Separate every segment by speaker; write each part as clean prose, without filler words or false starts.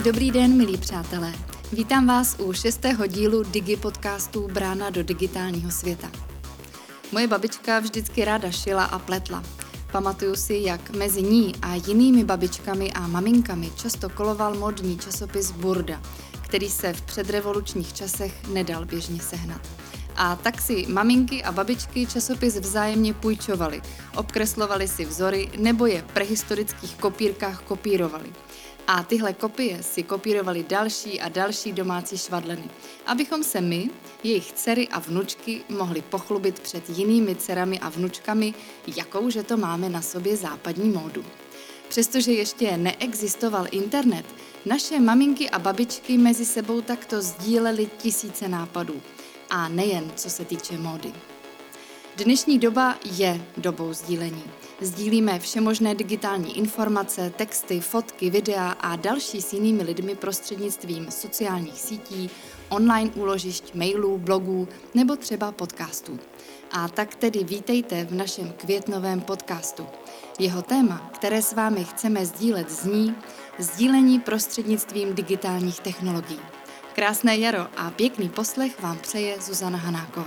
Speaker 1: Dobrý den, milí přátelé. Vítám vás u 6. dílu Digi podcastu Brána do digitálního světa. Moje babička vždycky ráda šila a pletla. Pamatuju si, jak mezi ní a jinými babičkami a maminkami často koloval módní časopis Burda, který se v předrevolučních časech nedal běžně sehnat. A tak si maminky a babičky časopis vzájemně půjčovali, obkreslovali si vzory nebo je v prehistorických kopírkách kopírovali. A tyhle kopie si kopírovali další a další domácí švadleny, abychom se my, jejich dcery a vnučky, mohli pochlubit před jinými dcerami a vnučkami, jakouže to máme na sobě západní módu. Přestože ještě neexistoval internet, naše maminky a babičky mezi sebou takto sdílely tisíce nápadů. A nejen co se týče módy. Dnešní doba je dobou sdílení. Sdílíme všemožné digitální informace, texty, fotky, videa a další s jinými lidmi prostřednictvím sociálních sítí, online úložišť, mailů, blogů nebo třeba podcastů. A tak tedy vítejte v našem květnovém podcastu. Jeho téma, které s vámi chceme sdílet, zní sdílení prostřednictvím digitálních technologií. Krásné jaro a pěkný poslech vám přeje Zuzana Hanáková.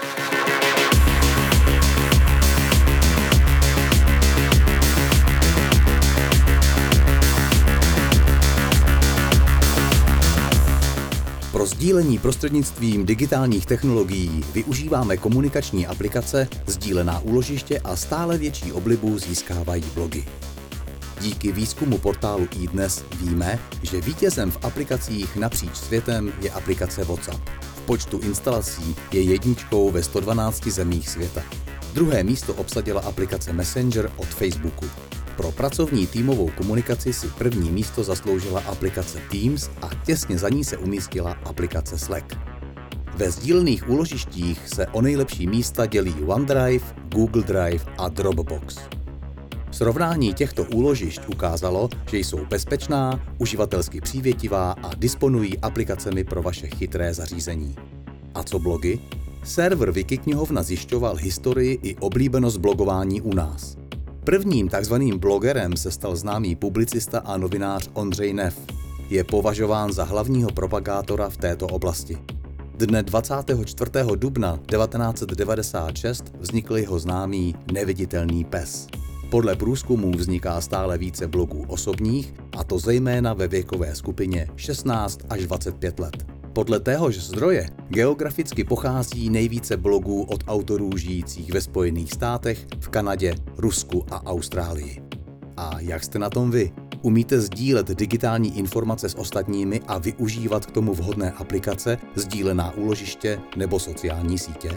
Speaker 2: Pro sdílení prostřednictvím digitálních technologií využíváme komunikační aplikace, sdílená úložiště a stále větší oblibu získávají blogy. Díky výzkumu portálu iDnes víme, že vítězem v aplikacích napříč světem je aplikace WhatsApp. V počtu instalací je jedničkou ve 112 zemích světa. Druhé místo obsadila aplikace Messenger od Facebooku. Pro pracovní týmovou komunikaci si první místo zasloužila aplikace Teams a těsně za ní se umístila aplikace Slack. Ve sdílených úložištích se o nejlepší místa dělí OneDrive, Google Drive a Dropbox. Srovnání těchto úložišť ukázalo, že jsou bezpečná, uživatelsky přívětivá a disponují aplikacemi pro vaše chytré zařízení. A co blogy? Server Wikiknihovna zjišťoval historii i oblíbenost blogování u nás. Prvním takzvaným blogerem se stal známý publicista a novinář Ondřej Neff. Je považován za hlavního propagátora v této oblasti. Dne 24. dubna 1996 vznikl jeho známý Neviditelný pes. Podle průzkumů vzniká stále více blogů osobních, a to zejména ve věkové skupině 16 až 25 let. Podle téhož zdroje geograficky pochází nejvíce blogů od autorů žijících ve Spojených státech, v Kanadě, Rusku a Austrálii. A jak jste na tom vy? Umíte sdílet digitální informace s ostatními a využívat k tomu vhodné aplikace, sdílená úložiště nebo sociální sítě?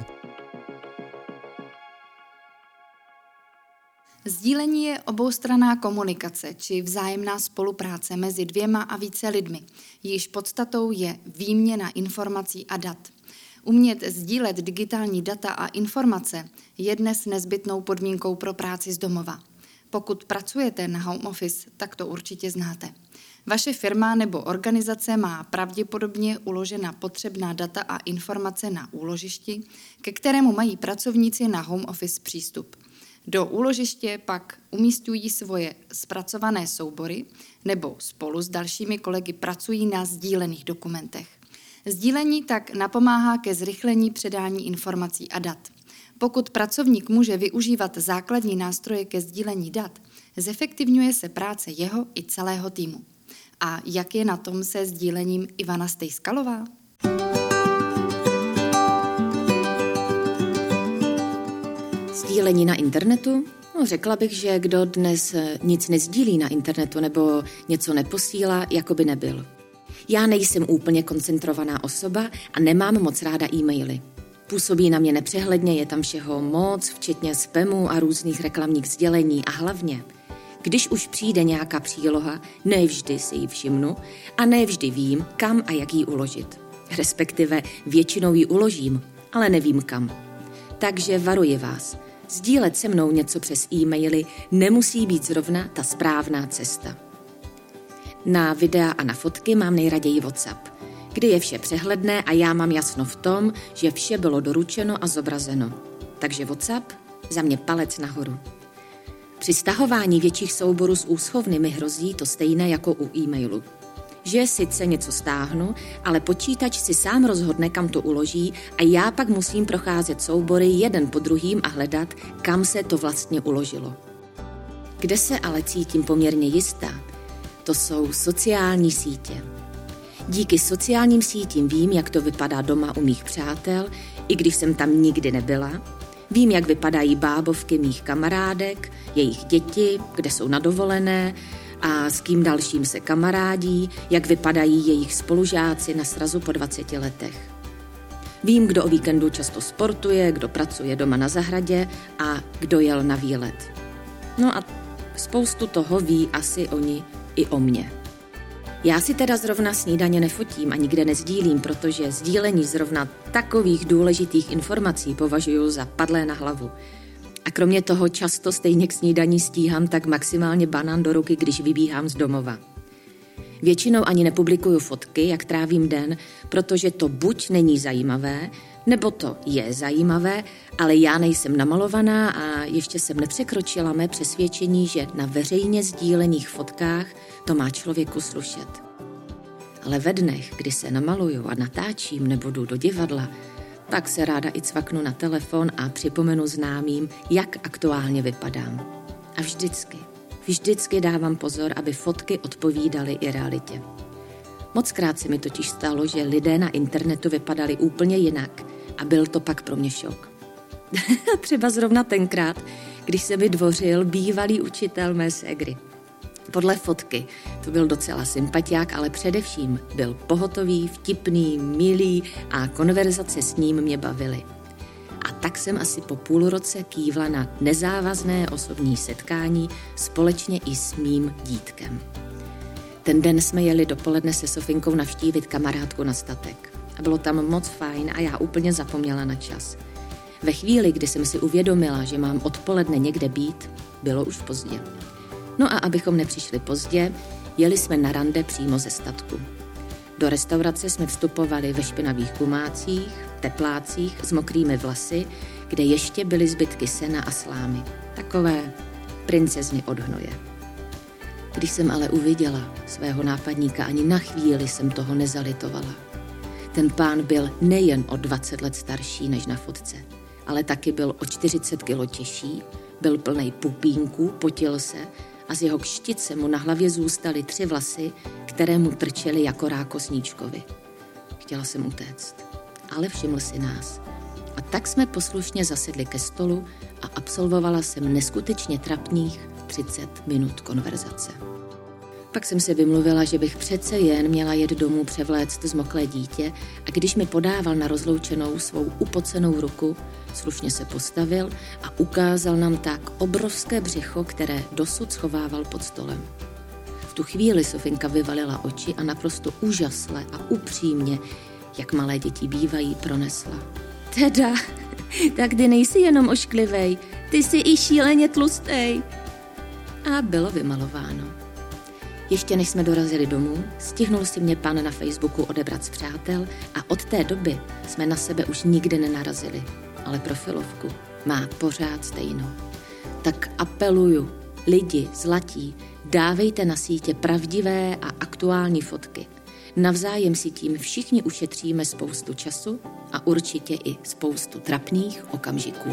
Speaker 1: Sdílení je oboustranná komunikace či vzájemná spolupráce mezi dvěma a více lidmi. Jejíž podstatou je výměna informací a dat. Umět sdílet digitální data a informace je dnes nezbytnou podmínkou pro práci z domova. Pokud pracujete na home office, tak to určitě znáte. Vaše firma nebo organizace má pravděpodobně uložena potřebná data a informace na úložišti, ke kterému mají pracovníci na home office přístup. Do úložiště pak umísťují svoje zpracované soubory nebo spolu s dalšími kolegy pracují na sdílených dokumentech. Sdílení tak napomáhá ke zrychlení předání informací a dat. Pokud pracovník může využívat základní nástroje ke sdílení dat, zefektivňuje se práce jeho i celého týmu. A jak je na tom se sdílením Ivana Stejskalová?
Speaker 3: Sdílení na internetu? No, řekla bych, že kdo dnes nic nezdílí na internetu nebo něco neposílá, jako by nebyl. Já nejsem úplně koncentrovaná osoba a nemám moc ráda e-maily. Působí na mě nepřehledně, je tam všeho moc, včetně spamu a různých reklamních sdělení a hlavně, když už přijde nějaká příloha, ne vždy si ji všimnu a ne vždy vím, kam a jak ji uložit. Respektive většinou ji uložím, ale nevím kam. Takže varuji vás. Sdílet se mnou něco přes e-maily nemusí být zrovna ta správná cesta. Na videa a na fotky mám nejraději WhatsApp, kdy je vše přehledné a já mám jasno v tom, že vše bylo doručeno a zobrazeno. Takže WhatsApp za mě palec nahoru. Při stahování větších souborů z úschovny mi hrozí to stejné jako u e-mailu. že sice něco stáhnu, ale počítač si sám rozhodne, kam to uloží a já pak musím procházet soubory jeden po druhým a hledat, kam se to vlastně uložilo. Kde se ale cítím poměrně jistá, to jsou sociální sítě. Díky sociálním sítím vím, jak to vypadá doma u mých přátel, i když jsem tam nikdy nebyla. Vím, jak vypadají bábovky mých kamarádek, jejich děti, kde jsou na dovolené a s kým dalším se kamarádí, jak vypadají jejich spolužáci na srazu po 20 letech. Vím, kdo o víkendu často sportuje, kdo pracuje doma na zahradě a kdo jel na výlet. No a spoustu toho ví asi oni i o mně. Já si teda zrovna snídaně nefotím a nikde nezdílím, protože sdílení zrovna takových důležitých informací považuji za padlé na hlavu. A kromě toho často stejně k snídaní stíhám tak maximálně banán do ruky, když vybíhám z domova. Většinou ani nepublikuju fotky, jak trávím den, protože to buď není zajímavé, nebo to je zajímavé, ale já nejsem namalovaná a ještě jsem nepřekročila mé přesvědčení, že na veřejně sdílených fotkách to má člověku slušet. Ale ve dnech, kdy se namaluju a natáčím nebo jdu do divadla, tak se ráda i cvaknu na telefon a připomenu známým, jak aktuálně vypadám. A vždycky dávám pozor, aby fotky odpovídaly i realitě. Mockrát se mi totiž stalo, že lidé na internetu vypadali úplně jinak a byl to pak pro mě šok. Třeba zrovna tenkrát, když se mi dvořil bývalý učitel mé ségry. Podle fotky to byl docela sympatiák, ale především byl pohotový, vtipný, milý a konverzace s ním mě bavily. A tak jsem asi po půl roce kývla na nezávazné osobní setkání společně i s mým dítkem. Ten den jsme jeli dopoledne se Sofinkou navštívit kamarádku na statek. A bylo tam moc fajn a já úplně zapomněla na čas. Ve chvíli, kdy jsem si uvědomila, že mám odpoledne někde být, bylo už pozdě. No a abychom nepřišli pozdě, jeli jsme na rande přímo ze statku. Do restaurace jsme vstupovali ve špinavých gumácích, teplácích s mokrými vlasy, kde ještě byly zbytky sena a slámy. Takové princezny od hnoje. Když jsem ale uviděla svého nápadníka, ani na chvíli jsem toho nezalitovala. Ten pán byl nejen o 20 let starší než na fotce, ale taky byl o 40 kilo těžší, byl plnej pupínků, potil se a z jeho kštice mu na hlavě zůstaly 3 vlasy, které mu trčely jako rákosníčkovi. Chtěla jsem utéct, ale všiml si nás. A tak jsme poslušně zasedli ke stolu a absolvovala jsem neskutečně trapných 30 minut konverzace. Pak jsem se vymluvila, že bych přece jen měla jet domů převléct zmoklé dítě a když mi podával na rozloučenou svou upocenou ruku, slušně se postavil a ukázal nám tak obrovské břicho, které dosud schovával pod stolem. V tu chvíli Sofinka vyvalila oči a naprosto úžasle a upřímně, jak malé děti bývají, pronesla. Teda, tak ty nejsi jenom ošklivej, ty jsi i šíleně tlustej. A bylo vymalováno. Ještě než jsme dorazili domů, stihnul si mě pán na Facebooku odebrat z přátel a od té doby jsme na sebe už nikdy nenarazili, ale profilovku má pořád stejnou. Tak apeluju, lidi zlatí, dávejte na sítě pravdivé a aktuální fotky. Navzájem si tím všichni ušetříme spoustu času a určitě i spoustu trapných okamžiků.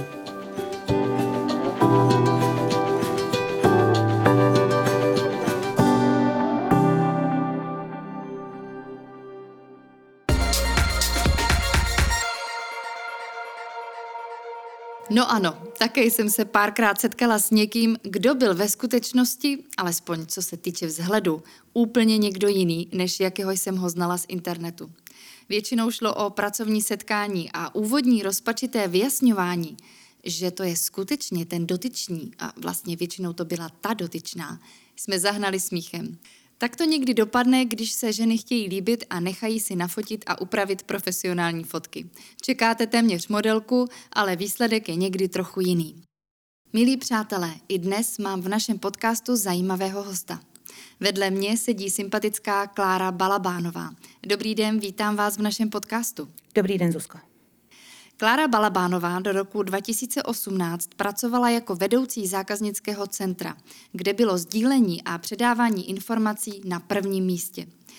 Speaker 1: No ano, také jsem se párkrát setkala s někým, kdo byl ve skutečnosti, alespoň co se týče vzhledu, úplně někdo jiný, než jakého jsem ho znala z internetu. Většinou šlo o pracovní setkání a úvodní rozpačité vyjasňování, že to je skutečně ten dotyčný a vlastně většinou to byla ta dotyčná, jsme zahnali smíchem. Tak to někdy dopadne, když se ženy chtějí líbit a nechají si nafotit a upravit profesionální fotky. Čekáte téměř modelku, ale výsledek je někdy trochu jiný. Milí přátelé, i dnes mám v našem podcastu zajímavého hosta. Vedle mě sedí sympatická Klára Balabánová. Dobrý den, vítám vás v našem podcastu.
Speaker 4: Dobrý den, Zuzko.
Speaker 1: Klára Balabánová do roku 2018 pracovala jako vedoucí zákaznického centra, kde bylo sdílení a předávání informací na prvním místě.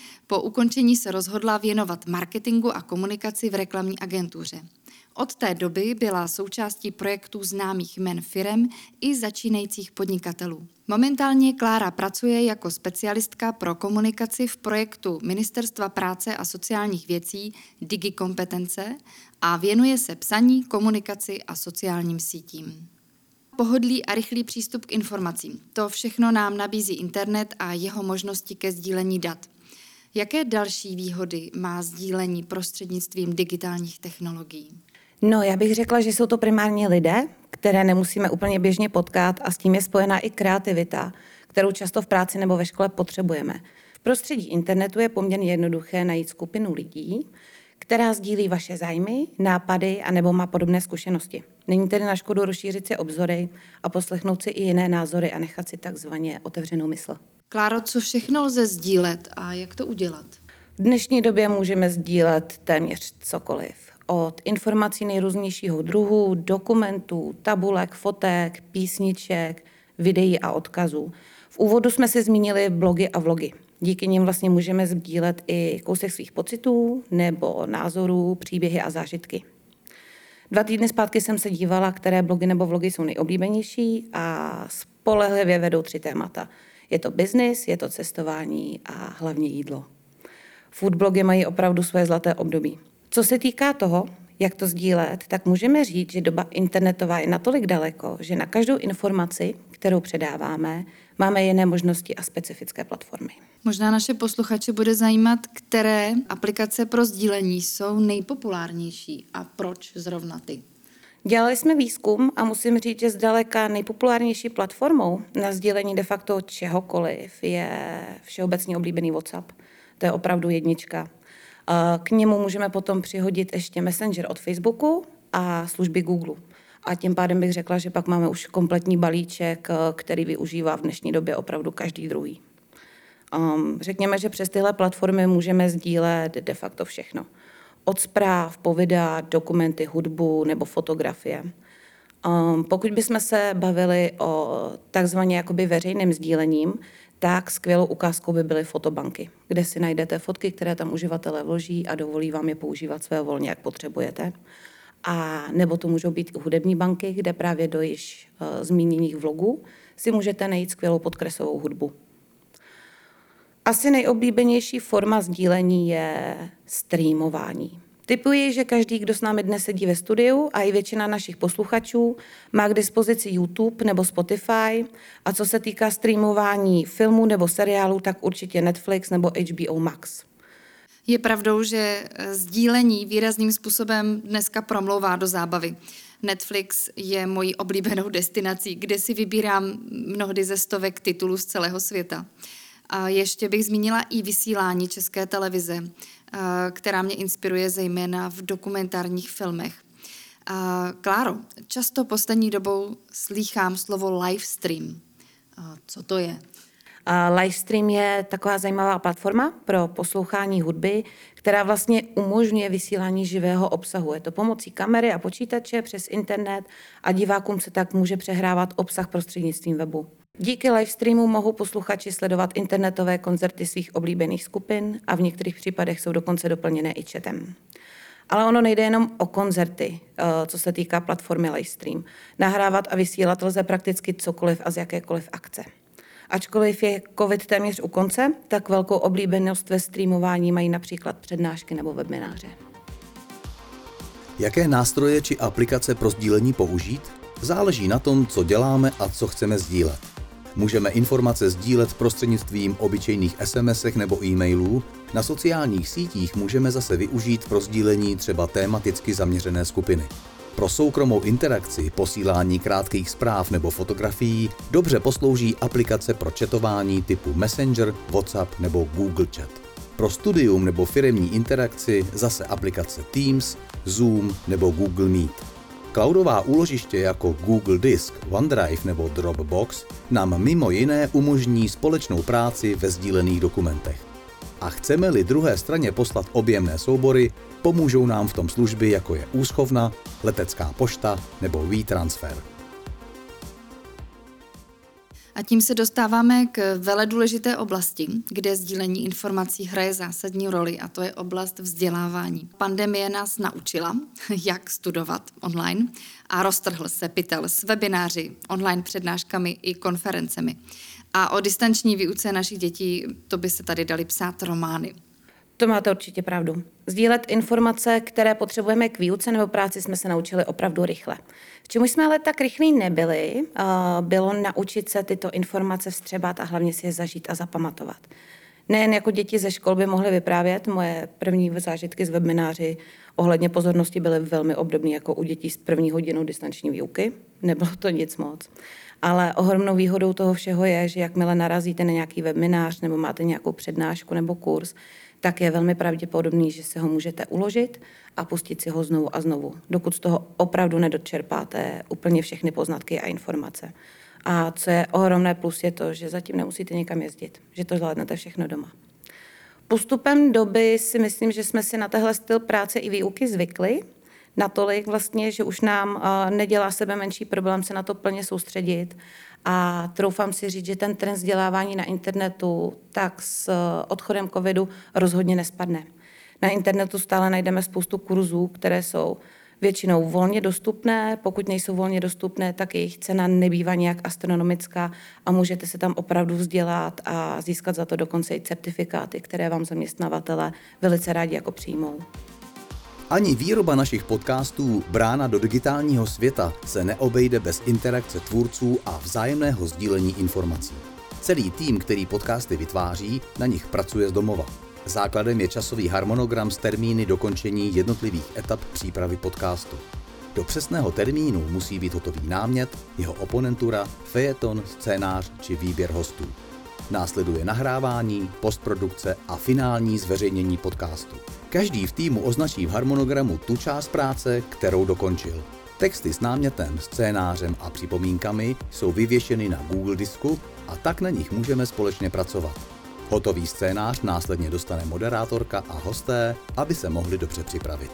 Speaker 1: Po ukončení se rozhodla věnovat marketingu a komunikaci v reklamní agentuře. Od té doby byla součástí projektů známých jmen firem i začínajících podnikatelů. Momentálně Klára pracuje jako specialistka pro komunikaci v projektu Ministerstva práce a sociálních věcí DigiKompetence a věnuje se psaní, komunikaci a sociálním sítím. Pohodlí a rychlý přístup k informacím. To všechno nám nabízí internet a jeho možnosti ke sdílení dat. Jaké další výhody má sdílení prostřednictvím digitálních technologií?
Speaker 4: No, já bych řekla, že jsou to primárně lidé, které nemusíme úplně běžně potkat a s tím je spojená i kreativita, kterou často v práci nebo ve škole potřebujeme. V prostředí internetu je poměrně jednoduché najít skupinu lidí, která sdílí vaše zájmy, nápady a nebo má podobné zkušenosti. Není tedy na škodu rozšířit si obzory a poslechnout si i jiné názory a nechat si takzvaně otevřenou mysl.
Speaker 1: Kláro, co všechno lze sdílet a jak to udělat?
Speaker 4: V dnešní době můžeme sdílet téměř cokoliv. Od informací nejrůznějšího druhu, dokumentů, tabulek, fotek, písniček, videí a odkazů. V úvodu jsme si zmínili blogy a vlogy. Díky nim vlastně můžeme sdílet i kousek svých pocitů nebo názorů, příběhy a zážitky. 2 týdny zpátky jsem se dívala, které blogy nebo vlogy jsou nejoblíbenější a spolehlivě vedou 3 témata. Je to biznis, je to cestování a hlavně jídlo. Food blogy mají opravdu svoje zlaté období. Co se týká toho, jak to sdílet, tak můžeme říct, že doba internetová je natolik daleko, že na každou informaci, kterou předáváme, máme jiné možnosti a specifické platformy.
Speaker 1: Možná naše posluchače bude zajímat, které aplikace pro sdílení jsou nejpopulárnější a proč zrovna ty.
Speaker 4: Dělali jsme výzkum a musím říct, že zdaleka nejpopulárnější platformou na sdílení de facto čehokoliv je všeobecně oblíbený WhatsApp. To je opravdu jednička. K němu můžeme potom přihodit ještě Messenger od Facebooku a služby Google. A tím pádem bych řekla, že pak máme už kompletní balíček, který využívá v dnešní době opravdu každý druhý. Řekněme, že přes tyhle platformy můžeme sdílet de facto všechno. Od zpráv, po videa, dokumenty, hudbu nebo fotografie. Pokud bychom se bavili o takzvaně jakoby veřejným sdílením, tak skvělou ukázkou by byly fotobanky, kde si najdete fotky, které tam uživatelé vloží a dovolí vám je používat svévolně, jak potřebujete. A nebo to můžou být i hudební banky, kde právě do již zmíněných vlogů si můžete najít skvělou podkresovou hudbu. Asi nejoblíbenější forma sdílení je streamování. Tipuji, že každý, kdo s námi dnes sedí ve studiu a i většina našich posluchačů má k dispozici YouTube nebo Spotify a co se týká streamování filmů nebo seriálů, tak určitě Netflix nebo HBO Max.
Speaker 1: Je pravdou, že sdílení výrazným způsobem dneska promlouvá do zábavy. Netflix je mojí oblíbenou destinací, kde si vybírám mnohdy ze stovek titulů z celého světa. A ještě bych zmínila i vysílání České televize, která mě inspiruje zejména v dokumentárních filmech. Kláro, často poslední dobou slýchám slovo livestream. Co to je?
Speaker 4: Livestream je taková zajímavá platforma pro poslouchání hudby, která vlastně umožňuje vysílání živého obsahu. Je to pomocí kamery a počítače přes internet a divákům se tak může přehrávat obsah prostřednictvím webu. Díky livestreamu mohou posluchači sledovat internetové koncerty svých oblíbených skupin a v některých případech jsou dokonce doplněné i chatem. Ale ono nejde jenom o koncerty, co se týká platformy livestream. Nahrávat a vysílat lze prakticky cokoliv a z jakékoliv akce. Ačkoliv je COVID téměř u konce, tak velkou oblíbenost ve streamování mají například přednášky nebo webináře.
Speaker 2: Jaké nástroje či aplikace pro sdílení použít? Záleží na tom, co děláme a co chceme sdílet. Můžeme informace sdílet prostřednictvím obyčejných SMSek nebo e-mailů, na sociálních sítích můžeme zase využít pro sdílení třeba tematicky zaměřené skupiny. Pro soukromou interakci, posílání krátkých zpráv nebo fotografií dobře poslouží aplikace pro chatování typu Messenger, WhatsApp nebo Google Chat. Pro studium nebo firemní interakci zase aplikace Teams, Zoom nebo Google Meet. Cloudová úložiště jako Google Disk, OneDrive nebo Dropbox nám mimo jiné umožní společnou práci ve sdílených dokumentech. A chceme-li druhé straně poslat objemné soubory, pomůžou nám v tom služby jako je úschovna, letecká pošta nebo WeTransfer.
Speaker 1: A tím se dostáváme k veledůležité oblasti, kde sdílení informací hraje zásadní roli, a to je oblast vzdělávání. Pandemie nás naučila, jak studovat online, a roztrhl se pytel s webináři, online přednáškami i konferencemi. A o distanční výuce našich dětí, to by se tady dali psát romány.
Speaker 4: To máte určitě pravdu. Sdílet informace, které potřebujeme k výuce nebo práci, jsme se naučili opravdu rychle. V čemu jsme ale tak rychlí nebyli, bylo naučit se tyto informace vstřebat a hlavně si je zažít a zapamatovat. Nejen jako děti ze škol by mohly vyprávět, moje první zážitky z webináři ohledně pozornosti byly velmi obdobné jako u dětí z první hodinu distanční výuky. Nebylo to nic moc. Ale ohromnou výhodou toho všeho je, že jakmile narazíte na nějaký webinář nebo máte nějakou přednášku nebo kurz, tak je velmi pravděpodobný, že si ho můžete uložit a pustit si ho znovu a znovu, dokud z toho opravdu nedočerpáte úplně všechny poznatky a informace. A co je ohromné plus je to, že zatím nemusíte někam jezdit, že to zvládnete všechno doma. Postupem doby si myslím, že jsme si na tehle styl práce i výuky zvykli, natolik vlastně, že už nám nedělá sebe menší problém se na to plně soustředit a troufám si říct, že ten trend vzdělávání na internetu tak s odchodem covidu rozhodně nespadne. Na internetu stále najdeme spoustu kurzů, které jsou většinou volně dostupné, pokud nejsou volně dostupné, tak jejich cena nebývá nějak astronomická a můžete se tam opravdu vzdělat a získat za to dokonce i certifikáty, které vám zaměstnavatelé velice rádi jako přijmou.
Speaker 2: Ani výroba našich podcastů Brána do digitálního světa se neobejde bez interakce tvůrců a vzájemného sdílení informací. Celý tým, který podcasty vytváří, na nich pracuje z domova. Základem je časový harmonogram s termíny dokončení jednotlivých etap přípravy podcastu. Do přesného termínu musí být hotový námět, jeho oponentura, fejeton, scénář či výběr hostů. Následuje nahrávání, postprodukce a finální zveřejnění podcastu. Každý v týmu označí v harmonogramu tu část práce, kterou dokončil. Texty s námětem, scénářem a připomínkami jsou vyvěšeny na Google disku a tak na nich můžeme společně pracovat. Hotový scénář následně dostane moderátorka a hosté, aby se mohli dobře připravit.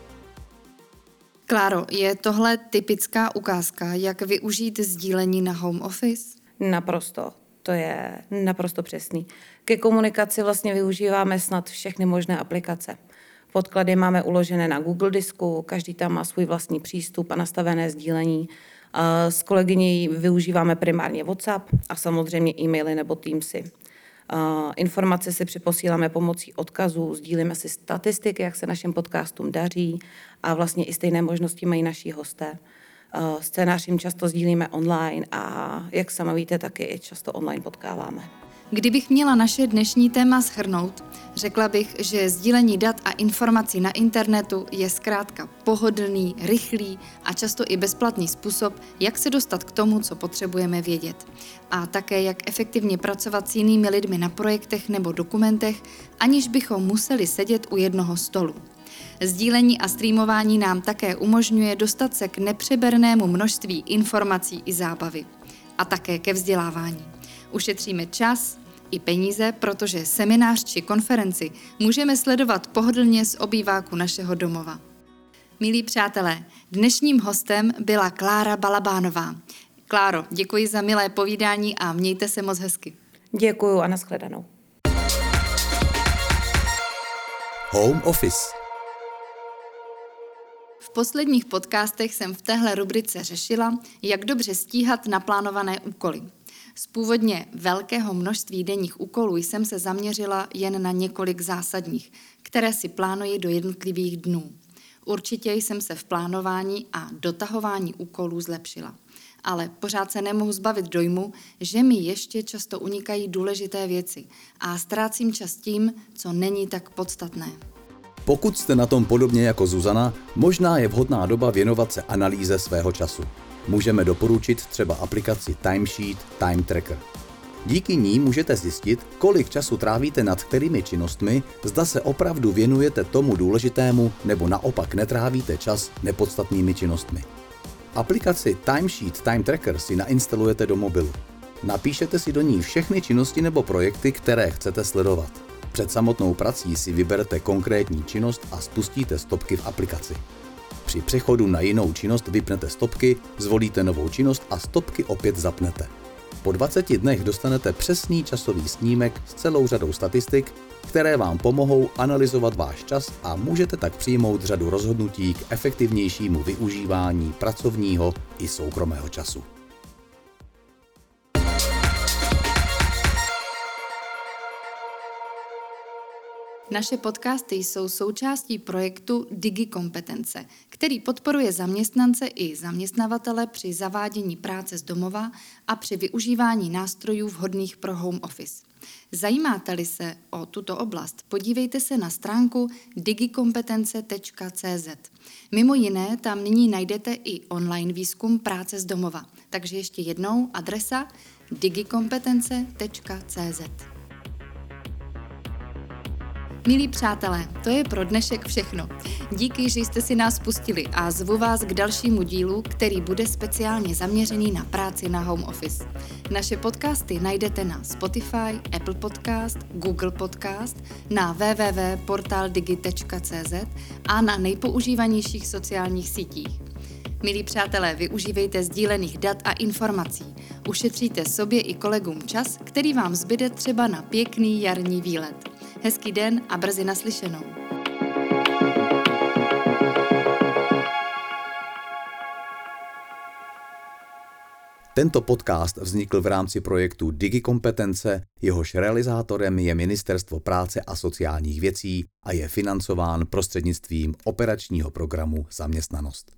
Speaker 1: Kláro, je tohle typická ukázka, jak využít sdílení na home office?
Speaker 4: Naprosto. To je naprosto přesný. Ke komunikaci vlastně využíváme snad všechny možné aplikace. Podklady máme uložené na Google disku, každý tam má svůj vlastní přístup a nastavené sdílení. S kolegyní využíváme primárně WhatsApp a samozřejmě e-maily nebo Teamsy. Informace si připosíláme pomocí odkazů, sdílíme si statistiky, jak se našim podcastům daří a vlastně i stejné možnosti mají naši hosté. Scénář jim často sdílíme online a jak sama víte, taky často online potkáváme.
Speaker 1: Kdybych měla naše dnešní téma shrnout, řekla bych, že sdílení dat a informací na internetu je zkrátka pohodlný, rychlý a často i bezplatný způsob, jak se dostat k tomu, co potřebujeme vědět. A také jak efektivně pracovat s jinými lidmi na projektech nebo dokumentech, aniž bychom museli sedět u jednoho stolu. Sdílení a streamování nám také umožňuje dostat se k nepřebernému množství informací i zábavy. A také ke vzdělávání. Ušetříme čas i peníze, protože seminář či konferenci můžeme sledovat pohodlně z obýváku našeho domova. Milí přátelé, dnešním hostem byla Klára Balabánová. Kláro, děkuji za milé povídání a mějte se moc hezky.
Speaker 4: Děkuju a nashledanou.
Speaker 2: Home Office.
Speaker 1: V posledních podcastech jsem v téhle rubrice řešila, jak dobře stíhat naplánované úkoly. Z původně velkého množství denních úkolů jsem se zaměřila jen na několik zásadních, které si plánuji do jednotlivých dnů. Určitě jsem se v plánování a dotahování úkolů zlepšila. Ale pořád se nemohu zbavit dojmu, že mi ještě často unikají důležité věci a ztrácím čas tím, co není tak podstatné.
Speaker 2: Pokud jste na tom podobně jako Zuzana, možná je vhodná doba věnovat se analýze svého času. Můžeme doporučit třeba aplikaci Timesheet Time Tracker. Díky ní můžete zjistit, kolik času trávíte nad kterými činnostmi, zda se opravdu věnujete tomu důležitému nebo naopak netrávíte čas nepodstatnými činnostmi. Aplikaci Timesheet Time Tracker si nainstalujete do mobilu. Napíšete si do ní všechny činnosti nebo projekty, které chcete sledovat. Před samotnou prací si vyberete konkrétní činnost a spustíte stopky v aplikaci. Při přechodu na jinou činnost vypnete stopky, zvolíte novou činnost a stopky opět zapnete. po 20 dnech dostanete přesný časový snímek s celou řadou statistik, které vám pomohou analyzovat váš čas a můžete tak přijmout řadu rozhodnutí k efektivnějšímu využívání pracovního i soukromého času.
Speaker 1: Naše podcasty jsou součástí projektu DigiKompetence, který podporuje zaměstnance i zaměstnavatele při zavádění práce z domova a při využívání nástrojů vhodných pro home office. Zajímáte-li se o tuto oblast, podívejte se na stránku digikompetence.cz. Mimo jiné tam nyní najdete i online výzkum práce z domova. Takže ještě jednou adresa digikompetence.cz. Milí přátelé, to je pro dnešek všechno. Díky, že jste si nás pustili a zvu vás k dalšímu dílu, který bude speciálně zaměřený na práci na home office. Naše podcasty najdete na Spotify, Apple Podcast, Google Podcast, na www.portaldigi.cz a na nejpoužívanějších sociálních sítích. Milí přátelé, využívejte sdílených dat a informací. Ušetříte sobě i kolegům čas, který vám zbyde třeba na pěkný jarní výlet. Hezký den a brzy naslyšenou.
Speaker 2: Tento podcast vznikl v rámci projektu DigiKompetence, jehož realizátorem je Ministerstvo práce a sociálních věcí a je financován prostřednictvím operačního programu Zaměstnanost.